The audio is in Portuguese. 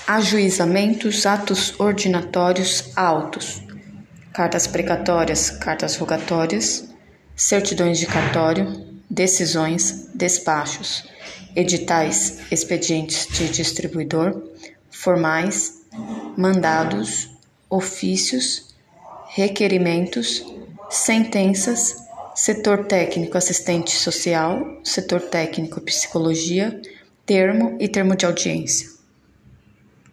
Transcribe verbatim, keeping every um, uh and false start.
ajuizamentos, atos ordinatórios, autos, cartas precatórias, cartas rogatórias, certidões de cartório, decisões, despachos, editais, expedientes de distribuidor, formais, mandados, ofícios, requerimentos, sentenças, setor técnico assistente social, setor técnico psicologia, termo e termo de audiência.